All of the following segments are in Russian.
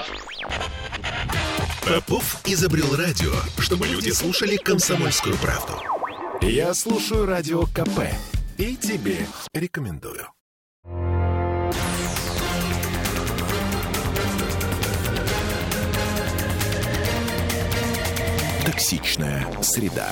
Попов изобрел радио, чтобы люди слушали «Комсомольскую правду». Я слушаю Радио КП и тебе рекомендую. Токсичная среда.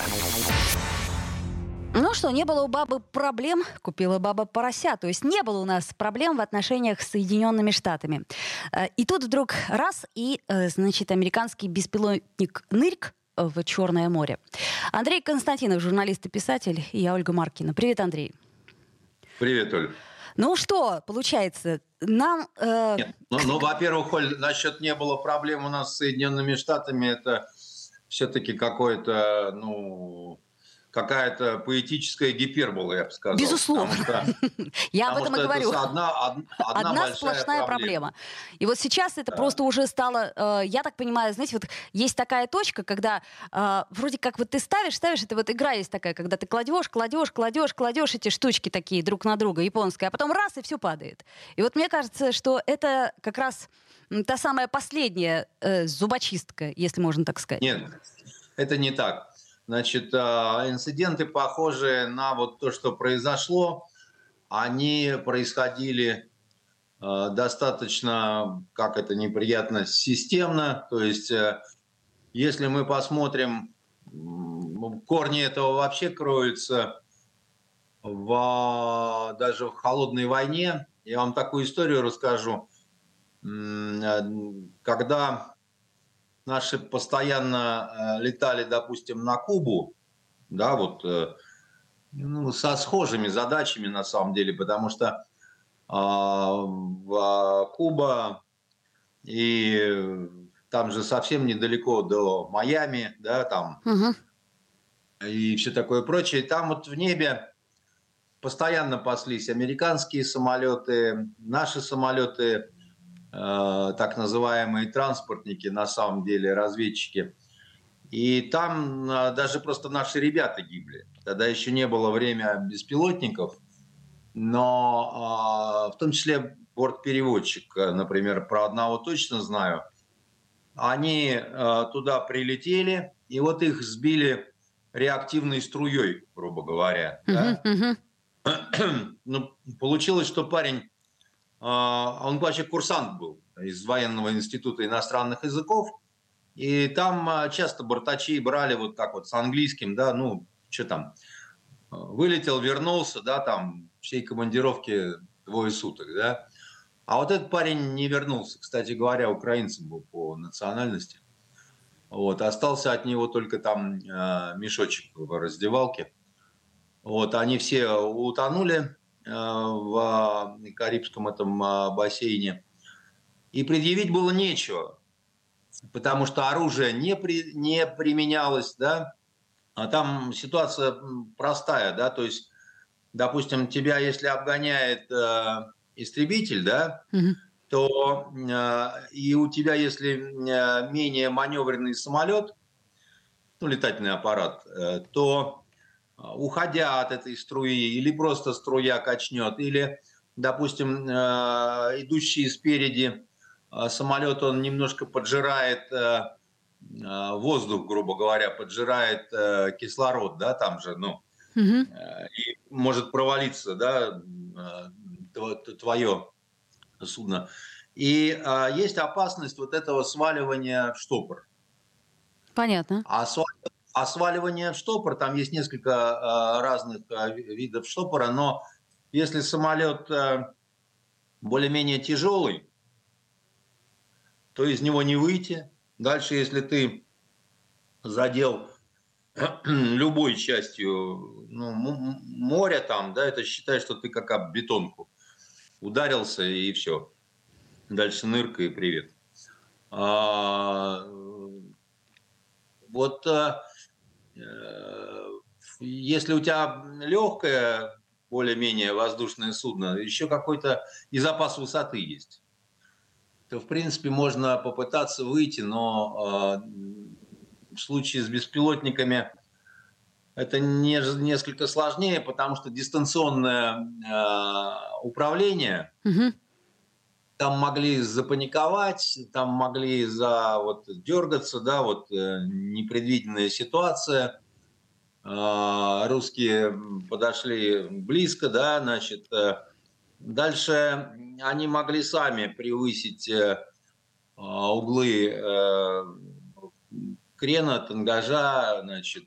Ну что, не было у бабы проблем, купила баба порося. То есть не было у нас проблем в отношениях с Соединенными Штатами. И тут вдруг раз, и, значит, американский беспилотник «Нырк» в Черное море. Андрей Константинов, журналист и писатель, и я, Ольга Маркина. Привет, Андрей. Привет, Оль. Ну что, получается, нам... Нет, во-первых, Оль, насчет не было проблем у нас с Соединенными Штатами, это все-таки какая-то поэтическая гипербола, я бы сказал. Безусловно. Я об этом и говорю. Одна сплошная проблема. И вот сейчас это просто уже стало, я так понимаю, знаете, вот есть такая точка, когда вроде как вот ты ставишь, это вот игра есть такая, когда ты кладешь эти штучки такие друг на друга, японские, а потом раз, и все падает. И вот мне кажется, что это как раз та самая последняя зубочистка, если можно так сказать. Нет, это не так. Значит, инциденты, похожие на вот то, что произошло, они происходили достаточно, как это неприятно, системно. То есть, если мы посмотрим, корни этого вообще кроются даже в холодной войне. Я вам такую историю расскажу. Когда наши постоянно летали, допустим, на Кубу, да, вот со схожими задачами на самом деле, потому что Куба и там же совсем недалеко до Майами, да, там и все такое прочее. И там вот в небе постоянно паслись американские самолеты, наши самолеты, так называемые транспортники, на самом деле разведчики. И там даже просто наши ребята гибли. Тогда еще не было время беспилотников, но в том числе бортпереводчик, например, про одного точно знаю. Они туда прилетели, и вот их сбили реактивной струей, грубо говоря. Да? Ну, получилось, что парень, он вообще курсант был из военного института иностранных языков, и там часто бортачи брали вот так вот с английским, да, ну, что там, вылетел, вернулся, да, там, всей командировки 2 суток, да. А вот этот парень не вернулся, кстати говоря, украинцем был по национальности. Вот, остался от него только там мешочек в раздевалке. Вот, они все утонули в Карибском этом бассейне. И предъявить было нечего, потому что оружие не применялось, да. А там ситуация простая, да, то есть, допустим, тебя, если обгоняет истребитель, да, то и у тебя, если менее маневренный самолет, ну, летательный аппарат, то, уходя от этой струи, или просто струя качнет, или, допустим, идущий спереди самолет, он немножко поджирает воздух, грубо говоря, поджирает кислород, да, там же, ну, и может провалиться, да, твое судно. И есть опасность вот этого сваливания в штопор. Понятно. А сваливание в штопор, там есть несколько разных видов штопора, но если самолет более-менее тяжелый, то из него не выйти. Дальше, если ты задел любой частью, ну, моря там, да, это считай, что ты как об бетонку ударился, и все. Дальше нырка и привет. Вот если у тебя легкое, более-менее воздушное судно, еще какой-то и запас высоты есть, то, в принципе, можно попытаться выйти, но в случае с беспилотниками это несколько сложнее, потому что дистанционное управление там могли запаниковать, там могли дергаться, да, непредвиденная ситуация. Русские подошли близко, да, значит, дальше они могли сами превысить углы крена, тангажа, значит,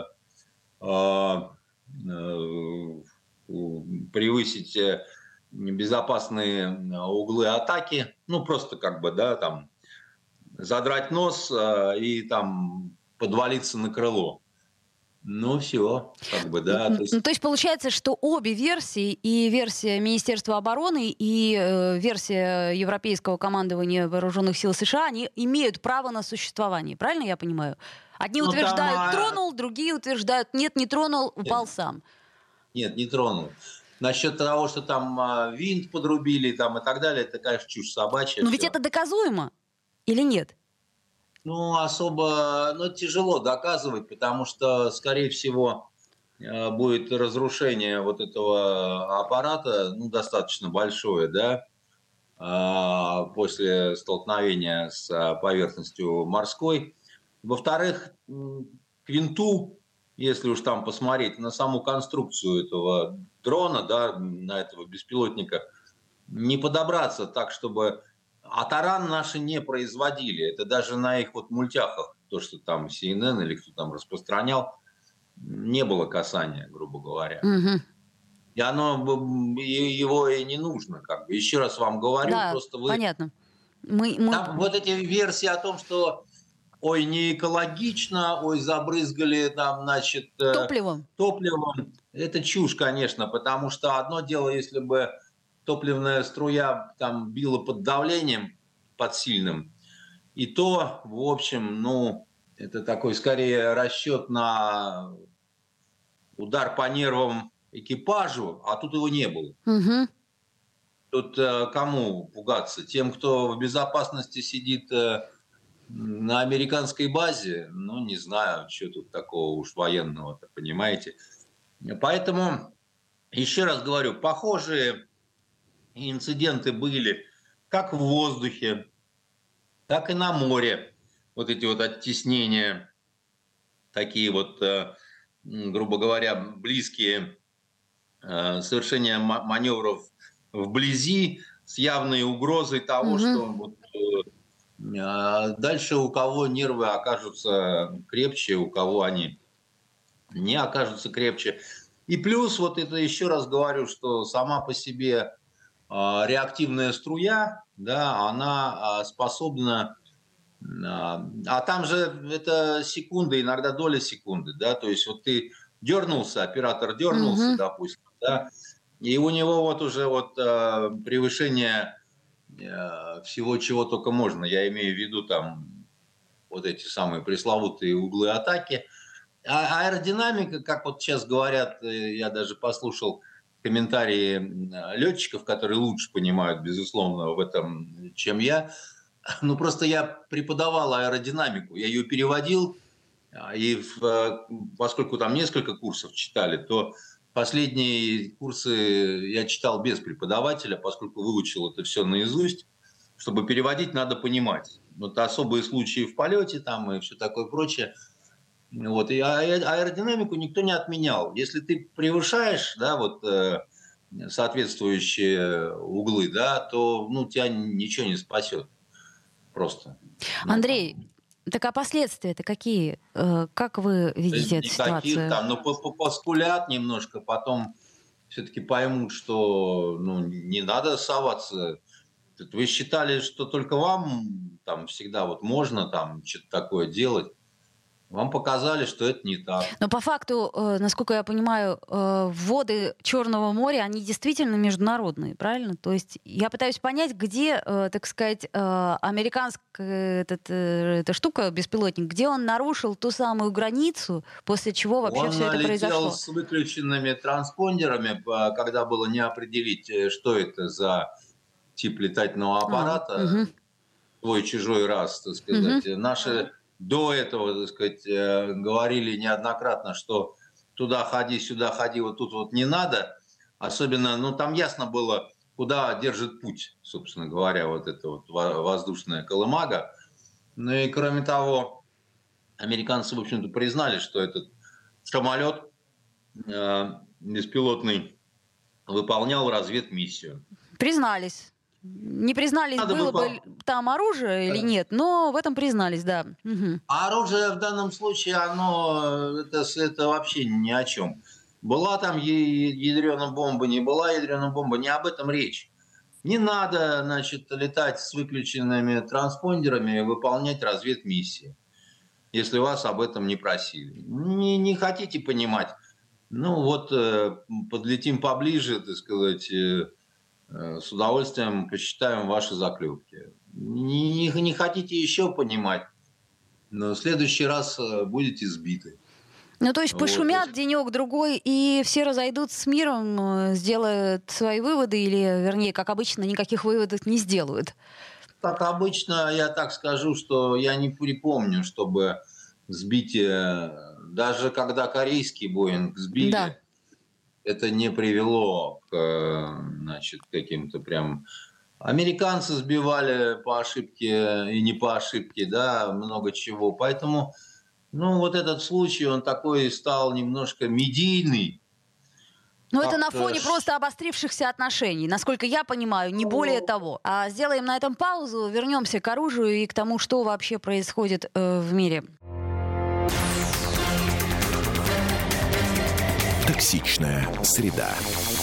превысить безопасные углы атаки, ну, просто как бы, да, там, задрать нос и там подвалиться на крыло. Ну, все, как бы, да. То есть получается, что обе версии, и версия Министерства обороны, и версия Европейского командования Вооруженных сил США, они имеют право на существование, правильно я понимаю? Одни утверждают, тронул, другие утверждают, нет, не тронул, упал сам. Нет, не тронул. Насчет того, что там винт подрубили там, и так далее, это, конечно, чушь собачья. Но ведь это доказуемо или нет? Ну, особо, тяжело доказывать, потому что, скорее всего, будет разрушение вот этого аппарата, достаточно большое, да, после столкновения с поверхностью морской. Во-вторых, к винту, если уж там посмотреть на саму конструкцию этого дрона, да, на этого беспилотника, не подобраться так, чтобы... А таран наши не производили. Это даже на их мультяхах, то, что там CNN или кто там распространял, не было касания, грубо говоря. Угу. И его и не нужно. Как бы. Еще раз вам говорю, да, просто вы... понятно. Там вот эти версии о том, что ой, не экологично, ой, забрызгали там, значит... Топливом. Это чушь, конечно, потому что одно дело, если бы топливная струя там била под давлением, под сильным, и то, в общем, это такой скорее расчет на удар по нервам экипажу, а тут его не было. Угу. Тут кому пугаться? Тем, кто в безопасности сидит на американской базе? Не знаю, что тут такого уж военного-то, понимаете? Поэтому, еще раз говорю, похожие инциденты были как в воздухе, так и на море. Вот эти оттеснения, такие грубо говоря, близкие совершения маневров вблизи с явной угрозой того, что дальше у кого нервы окажутся крепче, у кого они не окажутся крепче. И плюс, это еще раз говорю, что сама по себе реактивная струя, да, она способна... А там же это секунды, иногда доля секунды, да, то есть ты дернулся, оператор дернулся, допустим, да, и у него уже превышение всего, чего только можно. Я имею в виду там эти самые пресловутые углы атаки. А аэродинамика, как сейчас говорят, я даже послушал комментарии летчиков, которые лучше понимают, безусловно, в этом, чем я. Просто я преподавал аэродинамику, я ее переводил, и поскольку там несколько курсов читали, то последние курсы я читал без преподавателя, поскольку выучил это все наизусть. Чтобы переводить, надо понимать. Особые случаи в полете там и все такое прочее. И аэродинамику никто не отменял. Если ты превышаешь, да, соответствующие углы, да, то тебя ничего не спасет. Просто. Андрей, так а последствия-то какие? Как вы видите эту ситуацию? Там, поскулят немножко, потом все-таки поймут, что не надо соваться. Вы считали, что только вам там всегда можно там что-то такое делать. Вам показали, что это не так. Но по факту, насколько я понимаю, воды Черного моря, они действительно международные, правильно? То есть я пытаюсь понять, где, так сказать, американская эта штука, беспилотник, где он нарушил ту самую границу, после чего вообще все это произошло. Он летел с выключенными транспондерами, когда было не определить, что это за тип летательного аппарата, свой-чужой раз, так сказать. Наши... До этого, так сказать, говорили неоднократно, что туда ходи, сюда ходи, тут не надо. Особенно, там ясно было, куда держит путь, собственно говоря, вот эта вот воздушная колымага. Ну и кроме того, американцы, в общем-то, признали, что этот самолет беспилотный выполнял разведмиссию. Признались. Не признались, Надо было бы там оружие или нет, но в этом признались, да. Угу. А оружие в данном случае, это вообще ни о чем. Была там ядреная бомба, не была ядреная бомба, не об этом речь. Не надо, значит, летать с выключенными транспондерами и выполнять разведмиссии, если вас об этом не просили. Не хотите понимать? Ну вот подлетим поближе, так сказать, с удовольствием посчитаем ваши заклепки. Не хотите еще понимать? Но в следующий раз будете сбиты. Ну, то есть пошумят денек-другой, и все разойдутся с миром, сделают свои выводы, или, вернее, как обычно, никаких выводов не сделают. Как обычно, я так скажу, что я не припомню, чтобы сбитие, даже когда корейский Боинг сбили, да, это не привело к, значит, каким-то прям... Американцы сбивали по ошибке и не по ошибке, да, много чего. Поэтому, ну, вот этот случай, он такой стал немножко медийный. Но это на фоне просто обострившихся отношений, насколько я понимаю, не более того. Сделаем на этом паузу, вернемся к оружию и к тому, что вообще происходит в мире. Токсичная среда.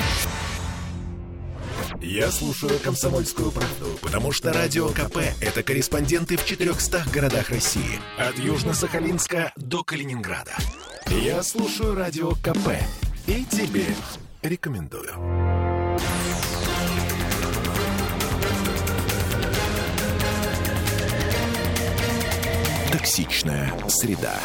Я слушаю «Комсомольскую правду», потому что Радио КП – это корреспонденты в 400 городах России. От Южно-Сахалинска до Калининграда. Я слушаю Радио КП и тебе рекомендую. Токсичная среда.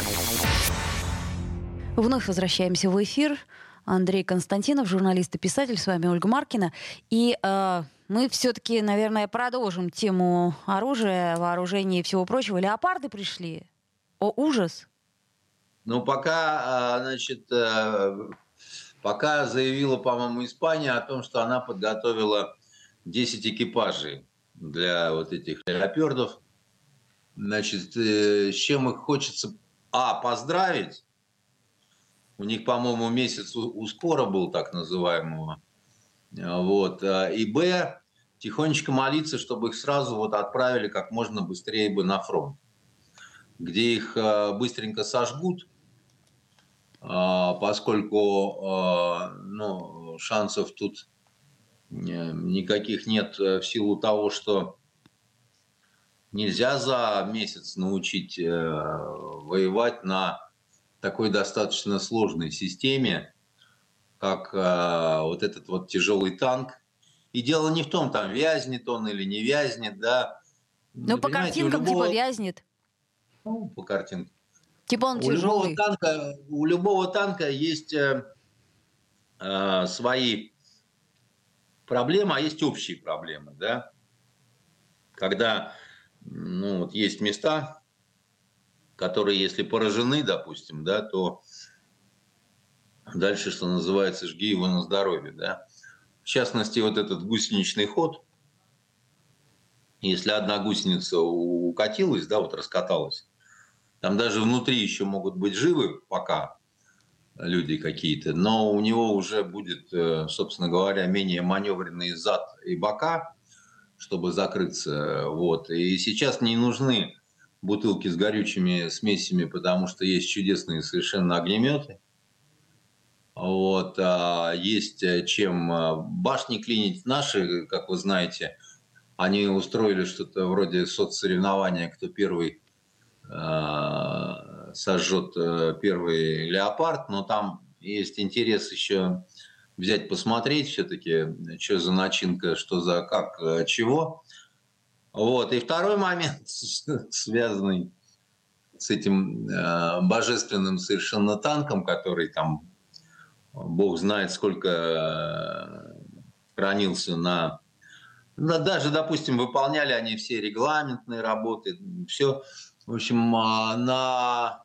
Вновь возвращаемся в эфир. Андрей Константинов, журналист и писатель, с вами Ольга Маркина. И мы все-таки, наверное, продолжим тему оружия, вооружения и всего прочего. Леопарды пришли. О, ужас! Ну, пока, значит, пока заявила, по-моему, Испания о том, что она подготовила 10 экипажей для вот этих леопардов. Значит, с чем их хочется, поздравить. У них, по-моему, месяц ускора был, так называемого. Вот. И Б, тихонечко молиться, чтобы их сразу вот отправили как можно быстрее бы на фронт, где их быстренько сожгут, поскольку ну, шансов тут никаких нет в силу того, что нельзя за месяц научить воевать на такой достаточно сложной системе, как вот этот вот тяжелый танк. И дело не в том, там вязнет он или не вязнет, да. Ну, по картинкам типа вязнет. Ну, по картинкам. Типа он тяжелый. У любого танка есть свои проблемы, а есть общие проблемы, да. Когда, ну, вот есть места, которые, если поражены, допустим, да, то дальше, что называется, жги его на здоровье, да. В частности, вот этот гусеничный ход, если одна гусеница укатилась, да, вот раскаталась, там даже внутри еще могут быть живы пока люди какие-то, но у него уже будет, собственно говоря, менее маневренный зад и бока, чтобы закрыться, вот. И сейчас не нужны бутылки с горючими смесями, потому что есть чудесные совершенно огнеметы. Вот. Есть чем башни клинить. Наши, как вы знаете, они устроили что-то вроде соцсоревнования, кто первый сожжет первый леопард, но там есть интерес еще взять, посмотреть все-таки, что за начинка, что за как, чего. Вот. И второй момент, связанный с этим божественным совершенно танком, который там, бог знает, сколько хранился даже, допустим, выполняли они все регламентные работы, все. В общем, на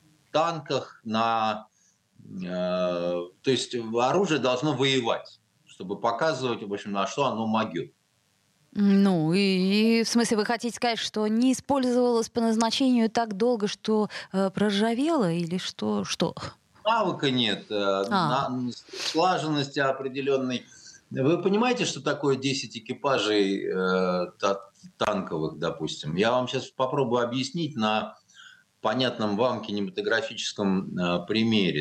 танках, то есть оружие должно воевать, чтобы показывать, в общем, на что оно могет. Ну, и в смысле, вы хотите сказать, что не использовалось по назначению так долго, что проржавело, или что? Что? Навыка нет, слаженности определенной. Вы понимаете, что такое 10 экипажей танковых, допустим? Я вам сейчас попробую объяснить на понятном вам кинематографическом примере.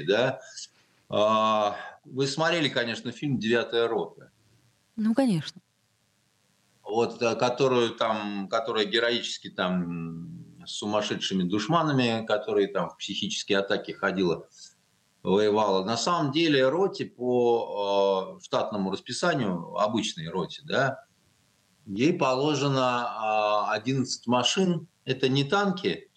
Да? Вы смотрели, конечно, фильм «Девятая рота». Ну, конечно. Вот, которая героически там с сумасшедшими душманами, которые там в психические атаки ходила, воевала. На самом деле роте по штатному расписанию, обычной роте, да, ей положено 11 машин. Это не танки,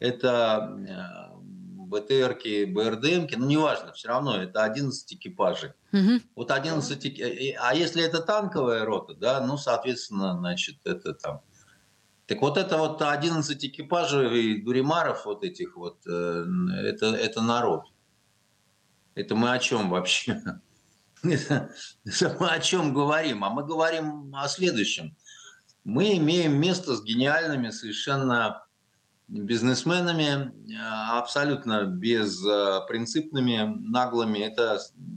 это БТРки, БРДМки, ну неважно, все равно это 11 экипажей. Угу. Вот 11, а если это танковая рота, да, ну, соответственно, значит, это там. Так вот это вот 11 экипажей дуримаров вот этих вот, это народ. Это мы о чем вообще? Это мы о чем говорим? А мы говорим о следующем. Мы имеем место с гениальными совершенно бизнесменами, абсолютно беспринципными, наглыми. Это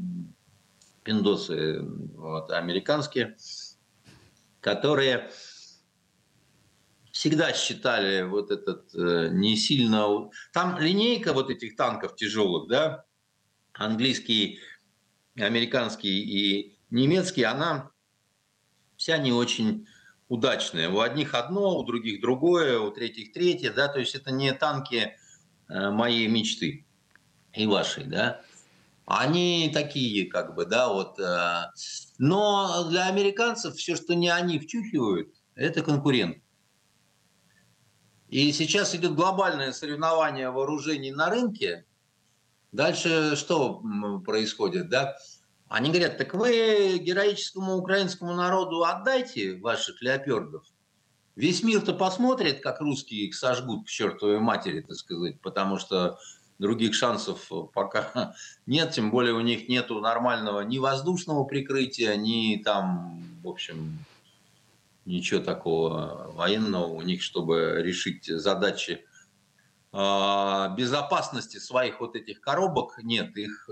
пиндосы вот, американские, которые всегда считали вот этот не сильно... Там линейка вот этих танков тяжелых, да, английский, американский и немецкий, она вся не очень удачная. У одних одно, у других другое, у третьих третье, да, то есть это не танки моей мечты и вашей, да. Они такие, как бы, да, вот. Но для американцев все, что не они втюхивают, это конкурент. И сейчас идет глобальное соревнование вооружений на рынке. Дальше что происходит, да? Они говорят, так вы героическому украинскому народу отдайте ваших леопардов. Весь мир-то посмотрит, как русские их сожгут к чертовой матери, так сказать, потому что других шансов пока нет, тем более у них нету нормального ни воздушного прикрытия, ни там, в общем, ничего такого военного у них, чтобы решить задачи безопасности своих вот этих коробок, нет, их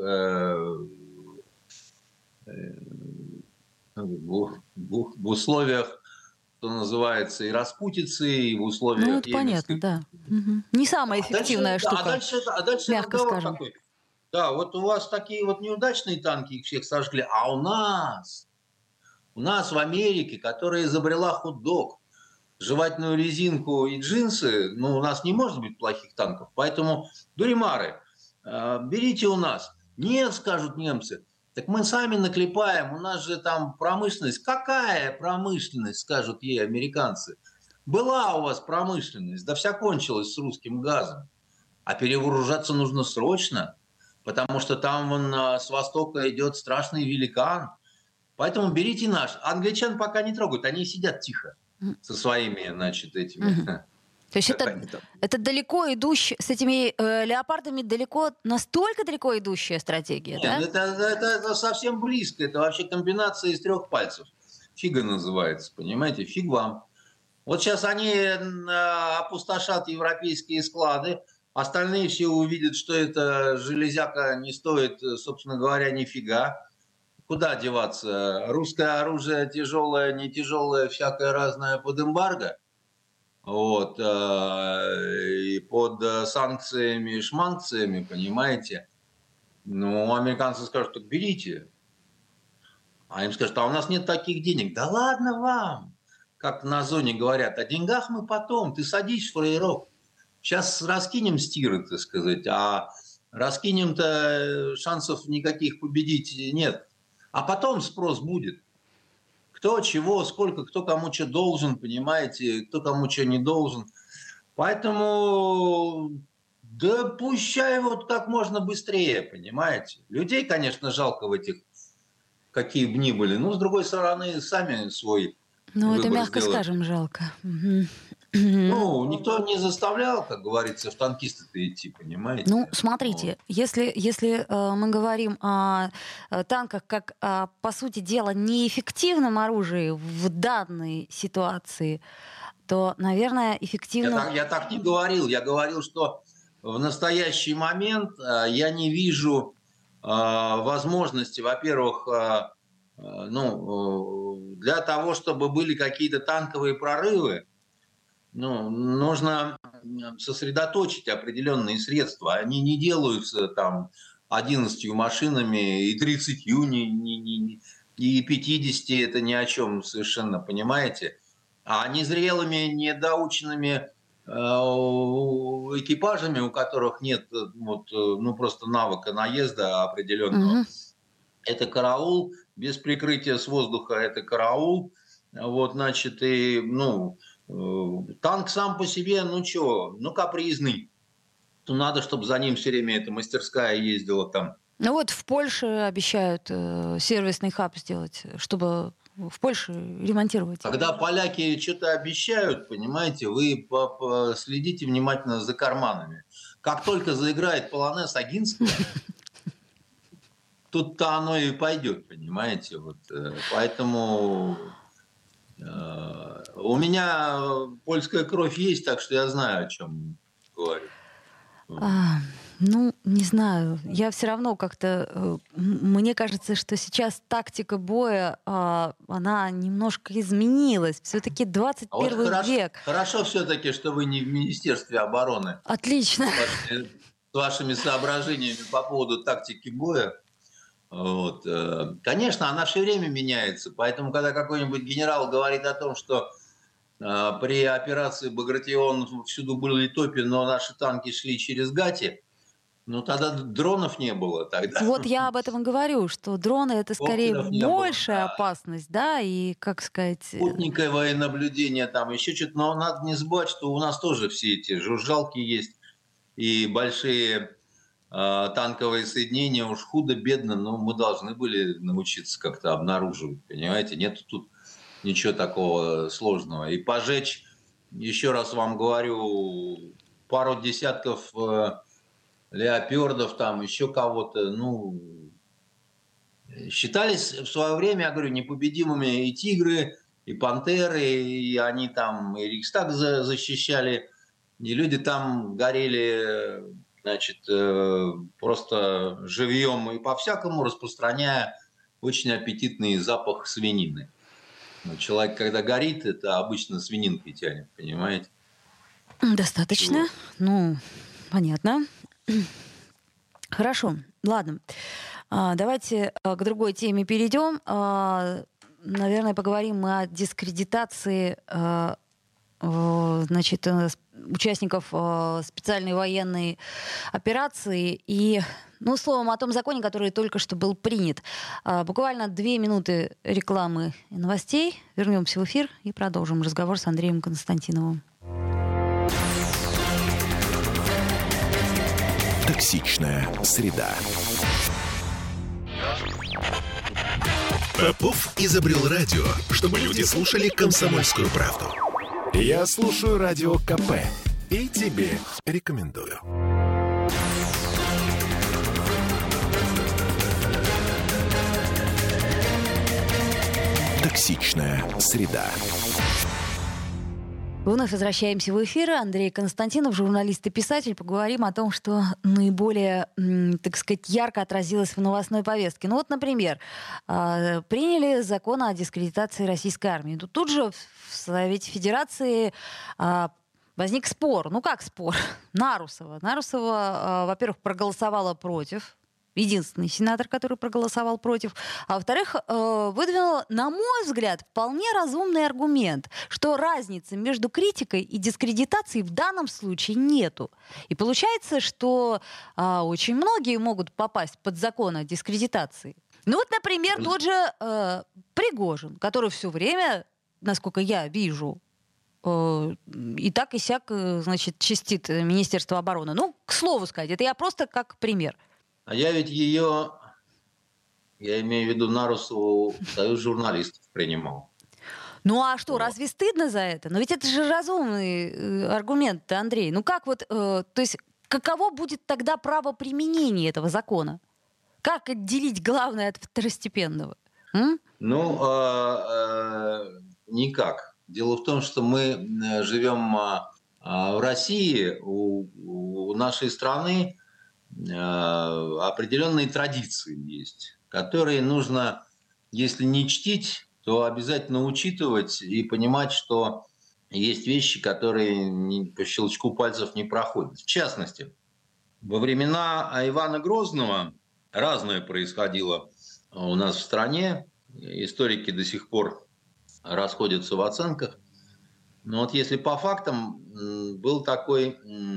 в условиях, что называется, и распутицы, и в условиях... Ну, это понятно, да. Угу. Не самая эффективная штука, дальше мягко скажем. Такой. Да, вот у вас такие вот неудачные танки, их всех сожгли, а у нас в Америке, которая изобрела хот-дог, жевательную резинку и джинсы, ну, у нас не может быть плохих танков. Поэтому, дуримары, берите у нас. Нет, скажут немцы. Так мы сами наклепаем, у нас же там промышленность. Какая промышленность, скажут ей американцы. Была у вас промышленность, да вся кончилась с русским газом. А перевооружаться нужно срочно, потому что там вон с востока идет страшный великан. Поэтому берите наш. Англичан пока не трогают, они сидят тихо со своими, значит, этими... То есть это далеко идущая, с этими леопардами настолько далеко идущая стратегия, нет, да? Это совсем близко. Это вообще комбинация из 3 пальцев. Фига называется, понимаете? Фиг вам. Вот сейчас они опустошат европейские склады, остальные все увидят, что эта железяка не стоит, собственно говоря, нифига. Куда деваться? Русское оружие тяжелое, не тяжелое, всякое разное под эмбарго. Вот, и под санкциями, шманкциями, понимаете. Ну, американцы скажут, так берите. А им скажут, а у нас нет таких денег. Да ладно вам, как на зоне говорят, о деньгах мы потом, ты садись, фраерок. Сейчас раскинем стиры, так сказать, а раскинем-то шансов никаких победить нет. А потом спрос будет. Кто, чего, сколько, кто кому что должен, понимаете, кто кому что не должен. Поэтому, да пущай вот как можно быстрее, понимаете. Людей, конечно, жалко в этих, какие бы ни были. Но, с другой стороны, сами свой Ну, выбор это мягко сделали. скажем, жалко. Ну, никто не заставлял, как говорится, в танкисты-то идти, понимаете? Ну, смотрите, если мы говорим о танках как, по сути дела, неэффективном оружии в данной ситуации, то, наверное, эффективным... Я так не говорил. Я говорил, что в настоящий момент я не вижу возможности, во-первых, для того, чтобы были какие-то танковые прорывы, нужно сосредоточить определенные средства. Они не делаются там 11 машинами и 30, и 50, это ни о чем совершенно, понимаете? А незрелыми, недоученными экипажами, у которых нет просто навыка наезда определенного, это караул, без прикрытия с воздуха это караул. Танк сам по себе, капризный. Надо, чтобы за ним все время эта мастерская ездила там. Ну вот в Польше обещают сервисный хаб сделать, чтобы в Польше ремонтировать. Когда поляки что-то обещают, понимаете, вы следите внимательно за карманами. Как только заиграет полонез Огинского, тут-то оно и пойдет, понимаете. Поэтому у меня польская кровь есть, так что я знаю, о чем говорю. Не знаю. Я все равно как-то... Мне кажется, что сейчас тактика боя, она немножко изменилась. Все-таки 21 век. Хорошо все-таки, что вы не в Министерстве обороны. Отлично. С вашими соображениями по поводу тактики боя. Конечно, она все время меняется. Поэтому, когда какой-нибудь генерал говорит о том, что при операции Багратион всюду были топи, но наши танки шли через Гати, тогда дронов не было. Тогда. Вот я об этом и говорю, что дроны — это скорее большая опасность, да, и, как сказать... Спутниковое наблюдение, там еще что-то. Но надо не забывать, что у нас тоже все эти жужжалки есть, и большие танковые соединения, уж худо-бедно, но мы должны были научиться как-то обнаруживать, понимаете? Нет тут ничего такого сложного. И пожечь, еще раз вам говорю, пару десятков леопардов, там еще кого-то, считались в свое время, я говорю, непобедимыми и тигры, и пантеры, и они там и Рейхстаг защищали, и люди там горели, просто живьем и по-всякому, распространяя очень аппетитный запах свинины. Человек, когда горит, это обычно свининкой тянет, понимаете? Достаточно. Понятно. Хорошо. Ладно. Давайте к другой теме перейдем. Наверное, поговорим мы о дискредитации участников специальной военной операции и, словом, о том законе, который только что был принят. Буквально 2 минуты рекламы и новостей. Вернемся в эфир и продолжим разговор с Андреем Константиновым. Токсичная среда. Попов изобрел радио, чтобы люди слушали «Комсомольскую правду». Я слушаю радио КП и тебе рекомендую. Токсичная среда. Вновь возвращаемся в эфир. Андрей Константинов, журналист и писатель. Поговорим о том, что наиболее, так сказать, ярко отразилось в новостной повестке. Например, приняли закон о дискредитации российской армии. Тут же в Совете Федерации возник спор. Как спор? Нарусова, во-первых, проголосовала против. Единственный сенатор, который проголосовал против. А во-вторых, выдвинула, на мой взгляд, вполне разумный аргумент, что разницы между критикой и дискредитацией в данном случае нету. И получается, что очень многие могут попасть под закон о дискредитации. Например, тот же Пригожин, который все время, насколько я вижу, и так и сяк, чистит Министерство обороны. К слову сказать, это я просто как пример. А я ведь я имею в виду Нарусову, Союз журналистов принимал. Ну а что, Вот. разве стыдно за это? Но ведь это же разумный аргумент, Андрей. Ну как вот, то есть каково будет тогда право применения этого закона? Как отделить главное от второстепенного? Ну, никак. Дело в том, что мы живем в России, у нашей страны определенные традиции есть, которые нужно, если не чтить, то обязательно учитывать и понимать, что есть вещи, которые по щелчку пальцев не проходят. В частности, во времена Ивана Грозного разное происходило у нас в стране. Историки до сих пор расходятся в оценках. Но вот если по фактам, был такой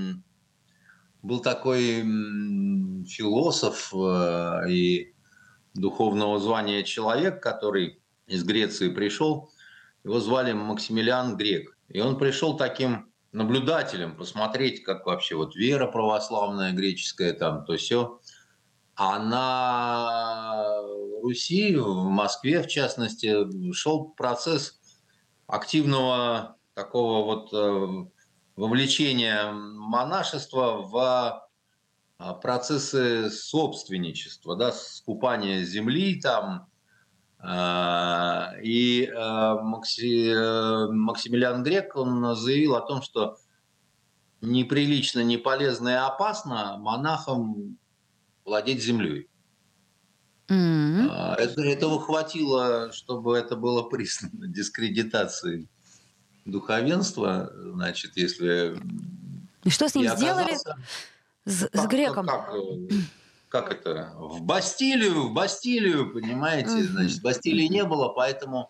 философ и духовного звания человек, который из Греции пришел. Его звали Максимилиан Грек. И он пришел таким наблюдателем, посмотреть, как вообще вот вера православная, греческая, там, то сё. А на Руси, в Москве, в частности, шел процесс активного такого вот вовлечения монашества в процессы собственничества, да, скупания земли там. И Максимилиан Грек, он заявил о том, что неприлично, не полезно и опасно монахам владеть землей. Этого хватило, чтобы это было признано дискредитацией духовенства, значит, если... И что с ним сделали? С Греком? Как это? В Бастилию, понимаете? Значит, Бастилии не было, поэтому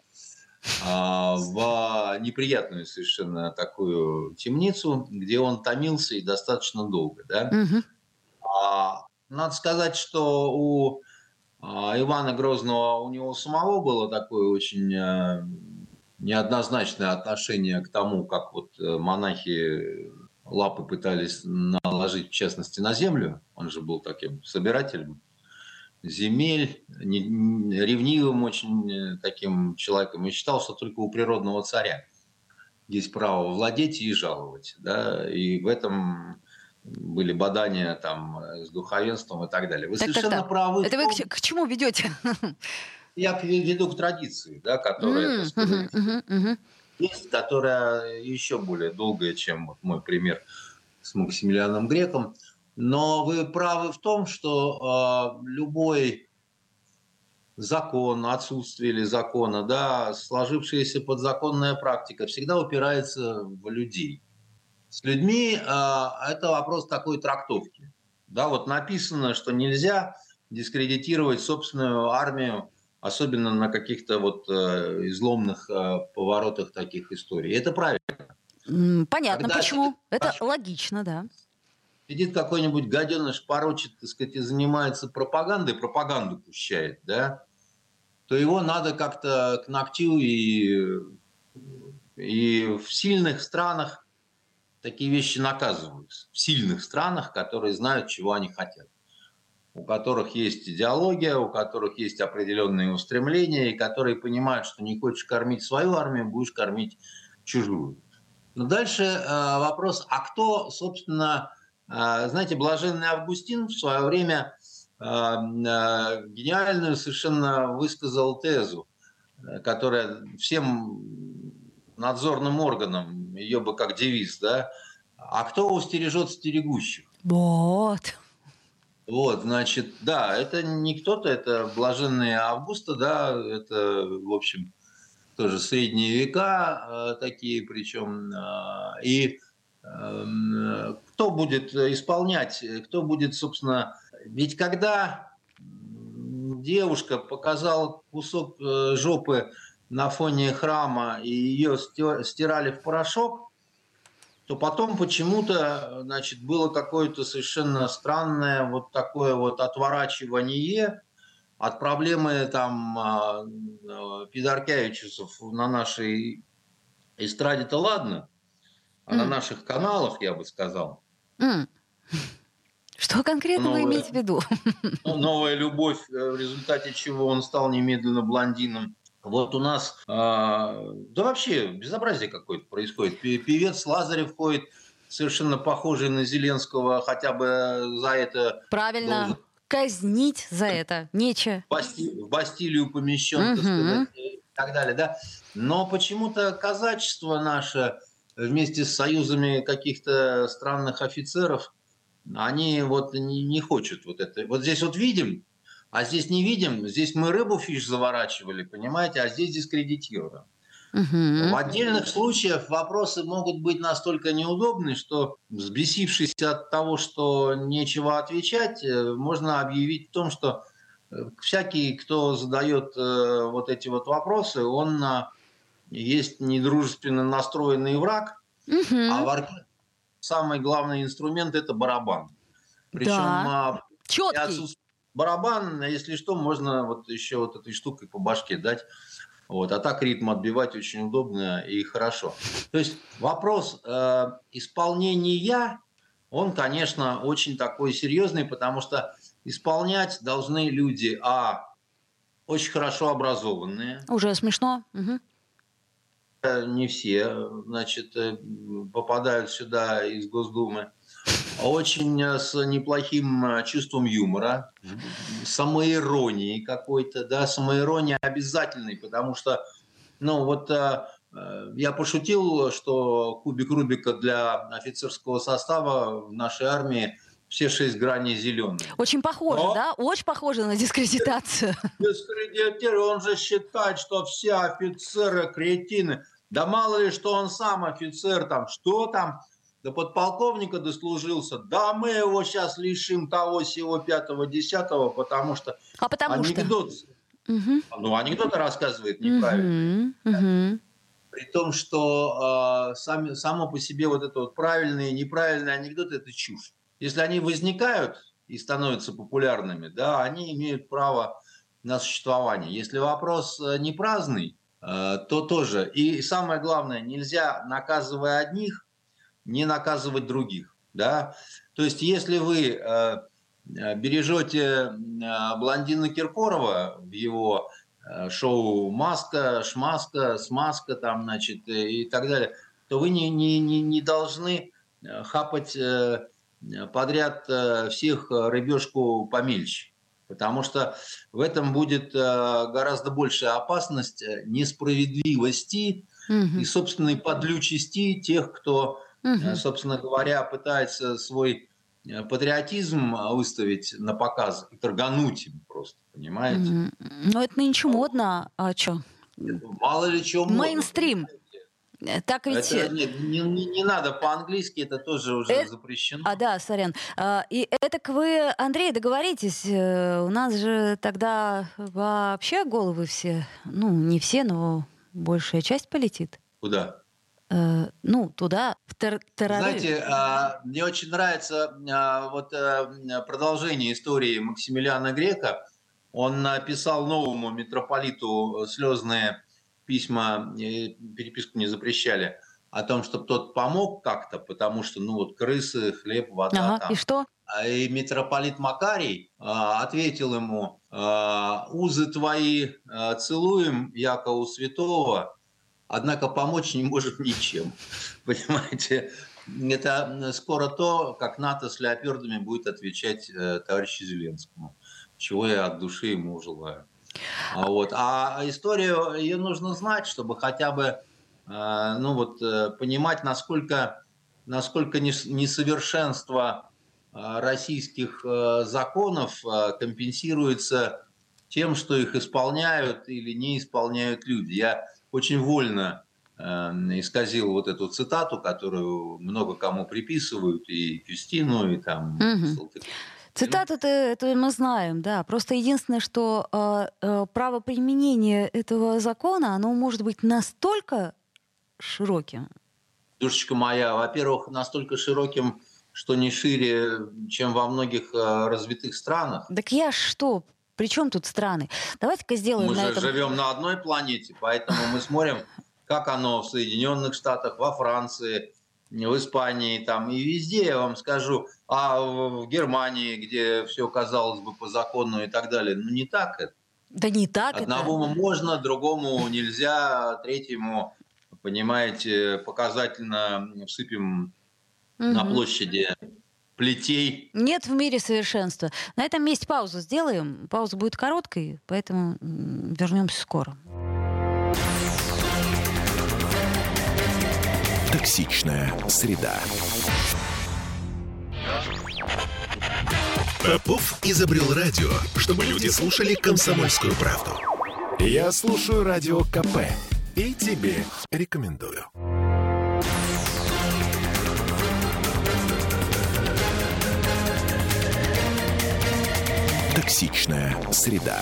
в неприятную совершенно такую темницу, где он томился и достаточно долго. Да? Надо сказать, что у Ивана Грозного, у него самого было такое очень неоднозначное отношение к тому, как вот монахи лапы пытались наложить, в частности, на землю. Он же был таким собирателем земель, ревнивым очень таким человеком. И считал, что только у природного царя есть право владеть и жаловать. Да? И в этом были бадания там с духовенством и так далее. Вы совершенно правы. Это вы к чему ведете? Я веду к традиции, да, которая, так сказать, есть, которая еще более долгая, чем вот мой пример с Максимилианом Греком. Но вы правы в том, что любой закон, отсутствие или закона, да, сложившаяся подзаконная практика всегда упирается в людей. С людьми это вопрос такой трактовки. Да, вот написано, что нельзя дискредитировать собственную армию, особенно на каких-то вот изломных поворотах таких историй. Это правильно. Понятно, когда почему. Это логично, да. Сидит какой-нибудь гаденыш, порочит, так сказать, и занимается пропагандой, пропаганду пущает, да, то его надо как-то к ногтю, и в сильных странах такие вещи наказываются. В сильных странах, которые знают, чего они хотят. У которых есть идеология, у которых есть определенные устремления, и которые понимают, что не хочешь кормить свою армию, будешь кормить чужую. Но дальше вопрос, а кто, собственно, знаете, блаженный Августин в свое время гениальную совершенно высказал тезу, которая всем надзорным органам, ее бы как девиз, да, а кто устережет стерегущих? Вот. Вот, значит, да, это не кто-то, это блаженные Августа, да, это, в общем, тоже средние века такие, причем, и кто будет исполнять, кто будет, собственно, ведь когда девушка показала кусок жопы на фоне храма и ее стирали в порошок, то потом почему-то, значит, было какое-то совершенно странное вот такое вот отворачивание от проблемы там пидаркявичусов на нашей эстраде-то ладно, а на наших каналах, я бы сказал. Что конкретно вы имеете в виду? Новая любовь, в результате чего он стал немедленно блондином, Вот у нас, да вообще безобразие какое-то происходит. Певец Лазарев ходит совершенно похожий на Зеленского, хотя бы за это Правильно. должен Казнить за это нечего. в Бастилию помещен, так сказать, Мгм. и так далее, да. Но почему-то казачество наше вместе с союзами каких-то странных офицеров, они вот не хотят вот это. Вот здесь вот видим, а здесь не видим. Здесь мы рыбу фиш заворачивали, понимаете, а здесь дискредитируем. В Мгм. отдельных случаях вопросы могут быть настолько неудобны, что, взбесившись от того, что нечего отвечать, можно объявить о том, что всякий, кто задает вот эти вот вопросы, он есть недружественно настроенный враг, а Мгм. в оркестре самый главный инструмент – это барабан. Причем Да. при Четкий. отсутствии барабана, если что, можно вот еще вот этой штукой по башке дать. Вот, а так ритм отбивать очень удобно и хорошо. То есть вопрос исполнения, он, конечно, очень такой серьезный, потому что исполнять должны люди, очень хорошо образованные, Уже смешно. Мгм. не все, значит, попадают сюда из Госдумы, очень с неплохим чувством юмора, самоиронии какой-то, да, самоирония обязательной, потому что, ну вот я пошутил, что кубик Рубика для офицерского состава в нашей армии все 6 граней зеленые. Очень похоже, Но да? Очень похоже на дискредитацию. дискредитир, он же считает, что все офицеры кретины. Да мало ли, что он сам офицер, там, что там, до подполковника дослужился. Да мы его сейчас лишим того, сего, пятого, десятого, потому что А потому что? анекдот, Мгм. ну, анекдоты рассказывает неправильные. Мгм. Мгм. При том, что само по себе вот это вот правильные и неправильные анекдоты – это чушь. Если они возникают и становятся популярными, да, они имеют право на существование. Если вопрос не праздный, то тоже. И самое главное, нельзя, наказывая одних, не наказывать других. Да? То есть если вы бережете блондина Киркорова в его шоу «Маска», «Шмаска», «Смаска», там, значит, и так далее, то вы не должны хапать подряд всех рыбешку помельче. Потому что в этом будет гораздо большая опасность несправедливости и Мгм. собственной подлючести тех, кто, Мгм. собственно говоря, пытается свой патриотизм выставить на показ и торгануть им просто, понимаете? Мгм. Ну, это нынче модно. А чё? Мало ли чего модно, Мейнстрим. понимаете? Так ведь... Это нет, не надо по-английски, это тоже уже запрещено. Да, сорян. И это вы, Андрей, договоритесь. У нас же тогда вообще головы все, ну, не все, но большая часть полетит. Куда? Ну, туда, в терроризм. Знаете, мне очень нравится вот продолжение истории Максимилиана Грека. Он написал новому митрополиту слезные письма, переписку не запрещали, о том, чтобы тот помог как-то, потому что, ну вот, крысы, хлеб, вода Ага, и там. что? И митрополит Макарий ответил ему: «Узы твои целуем, яко у святого, однако помочь не можем ничем». Понимаете, это скоро то, как НАТО с леопардами будет отвечать товарищу Зеленскому, чего я от души ему желаю. А историю ее нужно знать, чтобы хотя бы понимать, насколько несовершенство российских законов компенсируется тем, что их исполняют или не исполняют люди. Я очень вольно исказил вот эту цитату, которую много кому приписывают, и Юстину, и там Салтыку. Цитату-то это мы знаем, да. Просто единственное, что правоприменение этого закона, оно может быть настолько широким. Душечка моя, во-первых, настолько широким, что не шире, чем во многих развитых странах. Так я что? При чем тут страны? Давайте-ка сделаем Мы на же этом... живем на одной планете, поэтому мы смотрим, как оно в Соединенных Штатах, во Франции, в Испании там и везде, я вам скажу, а в Германии, где все казалось бы по закону и так далее, ну не так это. Да не так Одному это. можно, другому нельзя, третьему, понимаете, показательно всыпем на Мгм. площади плетей. Нет в мире совершенства. На этом месте паузу сделаем. Пауза будет короткой, поэтому вернемся скоро. Токсичная среда. Попов изобрел радио, чтобы люди слушали комсомольскую правду. Я слушаю радио КП и тебе рекомендую. Токсичная среда.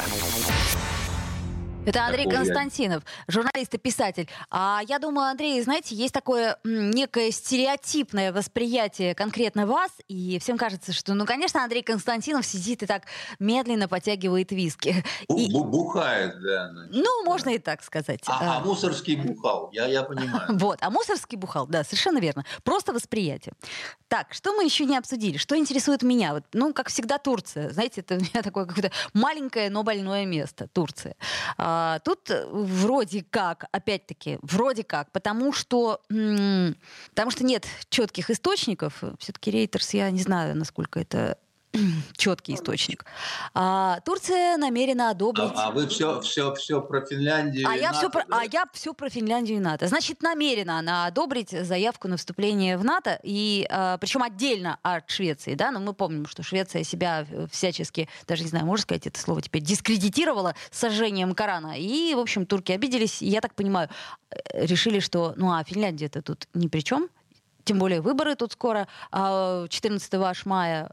Это Андрей Такое. Константинов, журналист и писатель. А я думаю, Андрей, знаете, есть такое некое стереотипное восприятие конкретно вас, и всем кажется, что, ну, конечно, Андрей Константинов сидит и так медленно потягивает виски. Бухает, да. Значит, Ну, да. можно и так сказать. А Мусорский бухал, я понимаю. Вот, а Мусорский бухал, да, совершенно верно. Просто восприятие. Так, что мы еще не обсудили? Что интересует меня? Вот, ну, как всегда, Турция. Знаете, это у меня такое какое-то маленькое, но больное место. Турция. Тут вроде как, опять-таки, вроде как, потому что нет четких источников. Все-таки Рейтерс, я не знаю, насколько это четкий источник. Турция намерена одобрить... А вы все про Финляндию и НАТО, да? Я все про Финляндию и НАТО. Значит, намерена она одобрить заявку на вступление в НАТО, и причем отдельно от Швеции, да, но мы помним, что Швеция себя всячески, даже не знаю, можно сказать это слово теперь, дискредитировала сожжением Корана. И, в общем, турки обиделись, и, я так понимаю, решили, что, Финляндия-то тут ни при чем, тем более выборы тут скоро, 14 аж мая.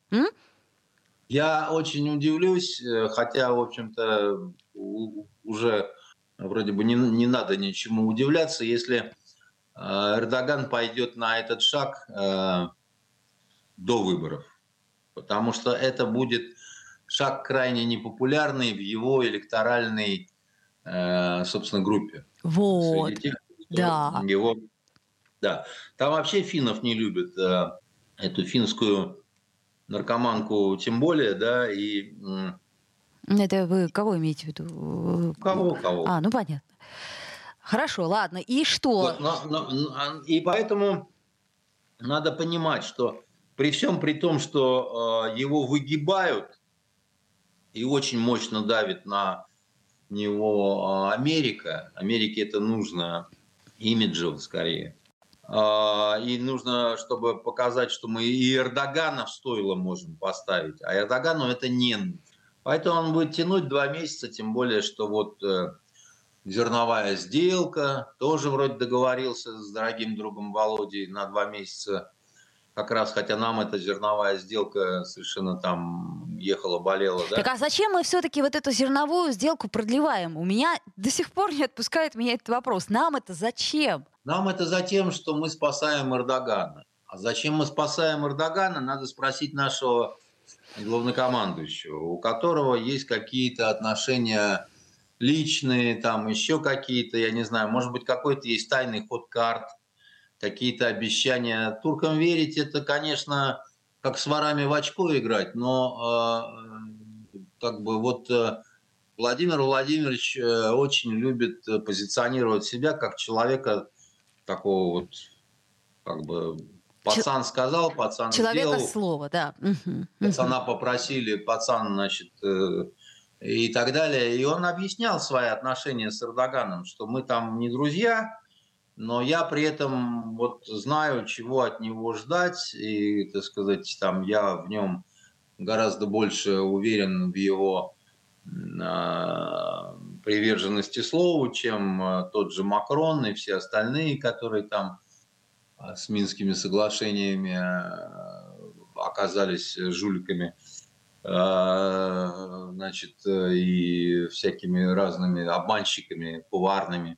Я очень удивлюсь, хотя, в общем-то, уже вроде бы не надо ничему удивляться, если Эрдоган пойдет на этот шаг до выборов. Потому что это будет шаг крайне непопулярный в его электоральной, собственно, группе. Вот, Среди тех, кто да. его... Да. Там вообще финнов не любят, эту финскую наркоманку тем более, да, и... Это вы кого имеете в виду? Кого? Ну понятно. Хорошо, ладно. И что? Вот, и поэтому надо понимать, что при том, что его выгибают и очень мощно давит на него Америке это нужно имиджево скорее. И нужно, чтобы показать, что мы и Эрдогана в стойло можем поставить, а Эрдогану это не нужно. Поэтому он будет тянуть 2 месяца, тем более, что вот зерновая сделка, тоже вроде договорился с дорогим другом Володей на 2 месяца, как раз, хотя нам эта зерновая сделка совершенно там ехала-болела. Да? Так а зачем мы все-таки вот эту зерновую сделку продлеваем? У меня до сих пор не отпускает меня этот вопрос. Нам это зачем? Нам это за тем, что мы спасаем Эрдогана. А зачем мы спасаем Эрдогана, надо спросить нашего главнокомандующего, у которого есть какие-то отношения личные, там еще какие-то, я не знаю, может быть, какой-то есть тайный ход карт, какие-то обещания. Туркам верить, это, конечно, как с ворами в очко играть, но как бы вот Владимир Владимирович очень любит позиционировать себя как человека такого вот, как бы, пацан сказал, пацан Человека сделал. слова, да. Пацана попросили, пацан, значит, и так далее. И он объяснял свои отношения с Эрдоганом, что мы там не друзья, но я при этом вот знаю, чего от него ждать, и, так сказать, там я в нем гораздо больше уверен в его приверженности слову, чем тот же Макрон и все остальные, которые там с Минскими соглашениями оказались жуликами, значит, и всякими разными обманщиками поварными.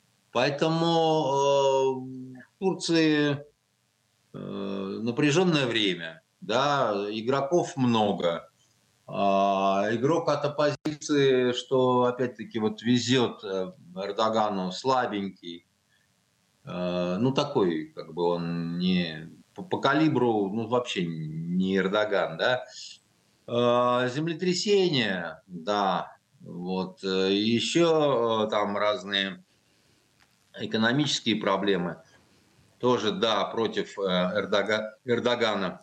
Поэтому в Турции напряженное время, да, игроков много. Игрок от оппозиции, что опять-таки вот везет Эрдогану, слабенький, ну такой, как бы он не по калибру, ну вообще не Эрдоган, да. Землетрясение, да, Вот. Еще там разные экономические проблемы. Тоже, да, против Эрдогана.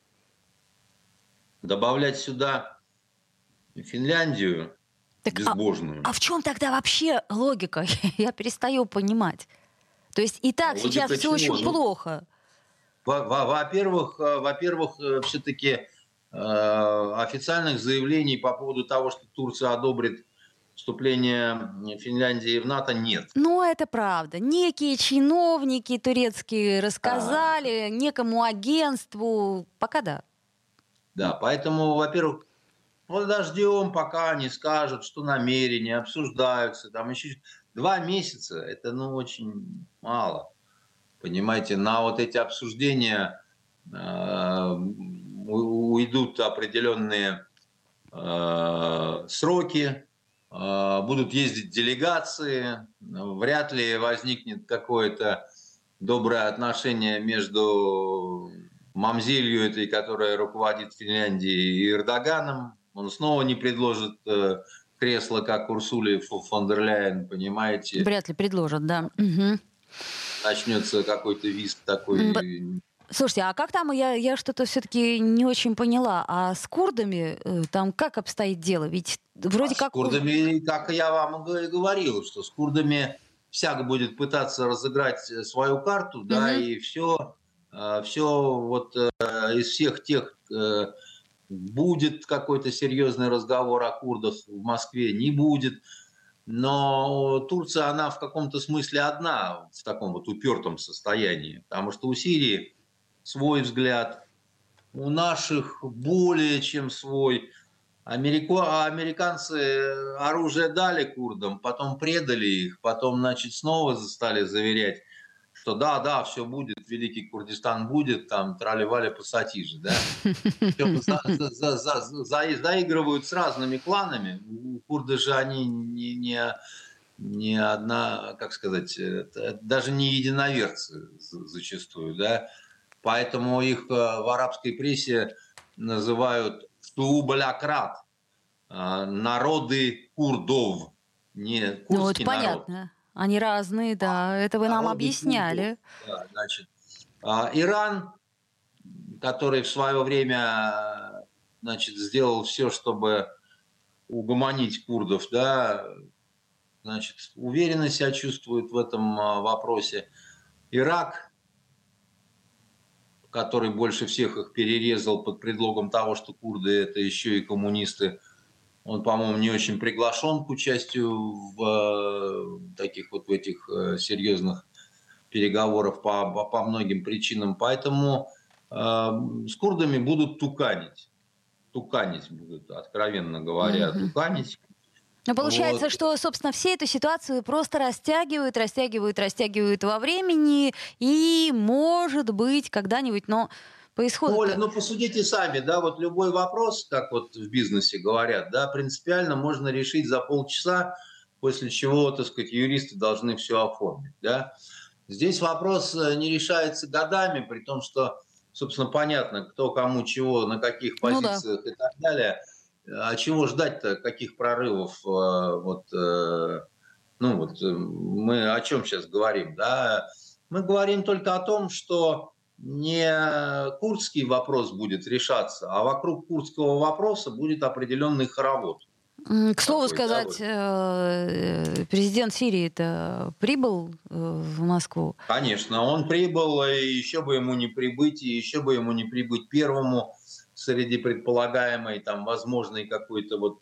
Добавлять сюда Финляндию Так, безбожную. а в чем тогда вообще логика? Я перестаю понимать. То есть и так сейчас Логика все чего? очень плохо. Во-первых, все-таки официальных заявлений по поводу того, что Турция одобрит вступление Финляндии в НАТО, нет. Ну, это правда. Некие чиновники турецкие рассказали, некому агентству. Пока да. Да, поэтому, во-первых, подождем, пока они скажут, что намерения обсуждаются. Там еще 2 месяца, это очень мало. Понимаете, на вот эти обсуждения уйдут определенные сроки, будут ездить делегации, вряд ли возникнет какое-то доброе отношение между мамзелью этой, которая руководит Финляндией, и Эрдоганом. Он снова не предложит кресло, как Урсуле фон дер Ляйен, понимаете. Вряд ли предложат, да. Угу. Начнется какой-то визг такой. Слушайте, а как там, я что-то все-таки не очень поняла, а с курдами там как обстоит дело? Ведь вроде как... С курдами, как я вам и говорил, что с курдами всяк будет пытаться разыграть свою карту, да, и все вот из всех тех будет какой-то серьезный разговор о курдах в Москве, не будет. Но Турция, она в каком-то смысле одна в таком вот упертом состоянии, потому что у Сирии свой взгляд, у наших более чем свой. Американцы оружие дали курдам, потом предали их, потом, снова стали заверять, что да, все будет, Великий Курдистан будет, там трали-вали пассатижи, да. Заигрывают с разными кланами. Курды же они не одна, как сказать, даже не единоверцы зачастую, да. Поэтому их в арабской прессе называют шуубалякрат, народы курдов, не курдский народ. Ну, это понятно. Они разные, да, это вы нам объясняли. Да, значит, Иран, который в свое время, сделал все, чтобы угомонить курдов, да, уверенно себя чувствует в этом вопросе. Ирак, который больше всех их перерезал под предлогом того, что курды – это еще и коммунисты, он, по-моему, не очень приглашен к участию в таких вот в этих серьезных переговорах по многим причинам. Поэтому с курдами будут туканить будут, откровенно говоря, туканить. Но получается, что, собственно, все эту ситуацию просто растягивают во времени, и, может быть, когда-нибудь, но по исходу... Оля, посудите сами, да, вот любой вопрос, как вот в бизнесе говорят, да, принципиально можно решить за полчаса, после чего, так сказать, юристы должны все оформить, да. Здесь вопрос не решается годами, при том, что, собственно, понятно, кто кому чего, на каких позициях и так далее. А чего ждать-то, каких прорывов? Мы о чем сейчас говорим, да? Мы говорим только о том, что не курдский вопрос будет решаться, а вокруг курдского вопроса будет определенный хоровод. К слову сказать, президент Сирии-то прибыл в Москву? Конечно, он прибыл, и еще бы ему не прибыть первому среди предполагаемой, там, возможной какой-то вот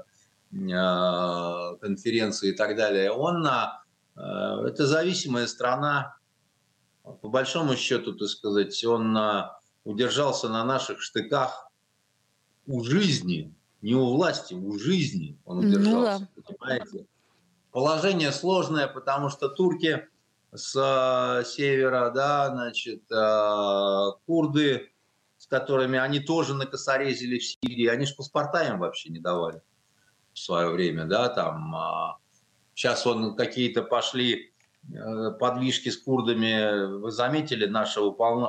конференции и так далее. Это зависимая страна. По большому счету, так сказать, он удержался на наших штыках у жизни, не у власти, у жизни он удержался, понимаете? Положение сложное, потому что турки с севера, да, курды, с которыми они тоже накосорезили в Сирии, они же паспорта им вообще не давали в свое время, да, там. Сейчас какие-то пошли подвижки с курдами. Вы заметили, наша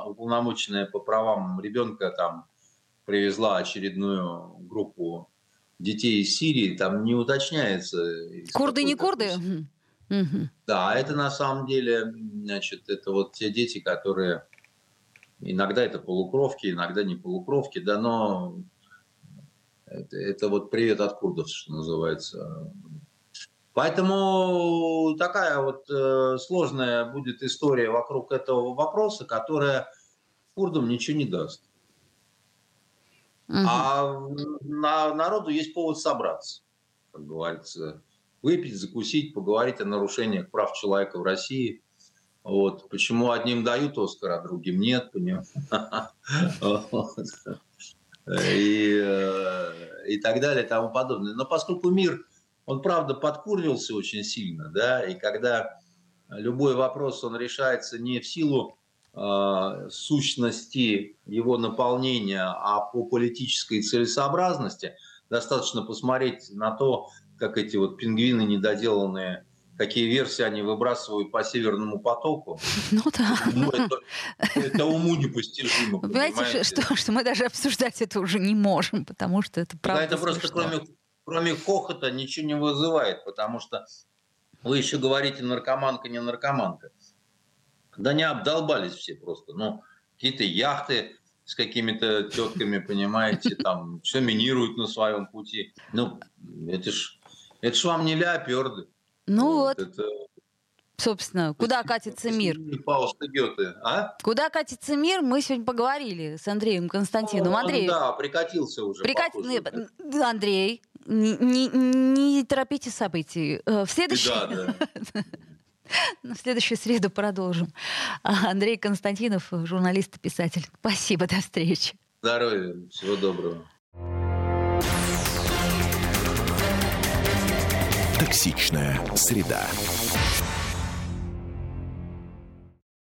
уполномоченная по правам ребенка там привезла очередную группу детей из Сирии, там не уточняется. Курды не курды? Да, это на самом деле, значит, это вот те дети, которые иногда это полукровки, иногда не полукровки, да, но это вот привет от курдов, что называется. Поэтому такая вот сложная будет история вокруг этого вопроса, которая курдам ничего не даст. А народу есть повод собраться, как говорится, выпить, закусить, поговорить о нарушениях прав человека в России. Вот. Почему одним дают Оскар, а другим нет, понимаешь? И так далее, и тому подобное. Но поскольку мир, он правда подкурвился очень сильно, да, и когда любой вопрос, он решается не в силу сущности его наполнения, а по политической целесообразности, достаточно посмотреть на то, как эти вот пингвины недоделанные, какие версии они выбрасывают по Северному потоку. Ну да. Ну, это уму непостижимо. Понимаете, что мы даже обсуждать это уже не можем, потому что это правда. Да, это просто кроме хохота ничего не вызывает, потому что вы еще говорите наркоманка, не наркоманка. Да не обдолбались все просто. Ну, какие-то яхты с какими-то тетками, понимаете, там все минируют на своем пути. Ну, это ж вам не леоперды. Ну вот. Это... Собственно, куда катится мир? Куда катится мир, мы сегодня поговорили с Андреем Константиновым. Андрей, да, прикатился уже. Андрей, не торопите событий. В следующую среду продолжим. Андрей Константинов, журналист и писатель. Спасибо, до встречи. Здоровья, всего доброго. Токсичная среда.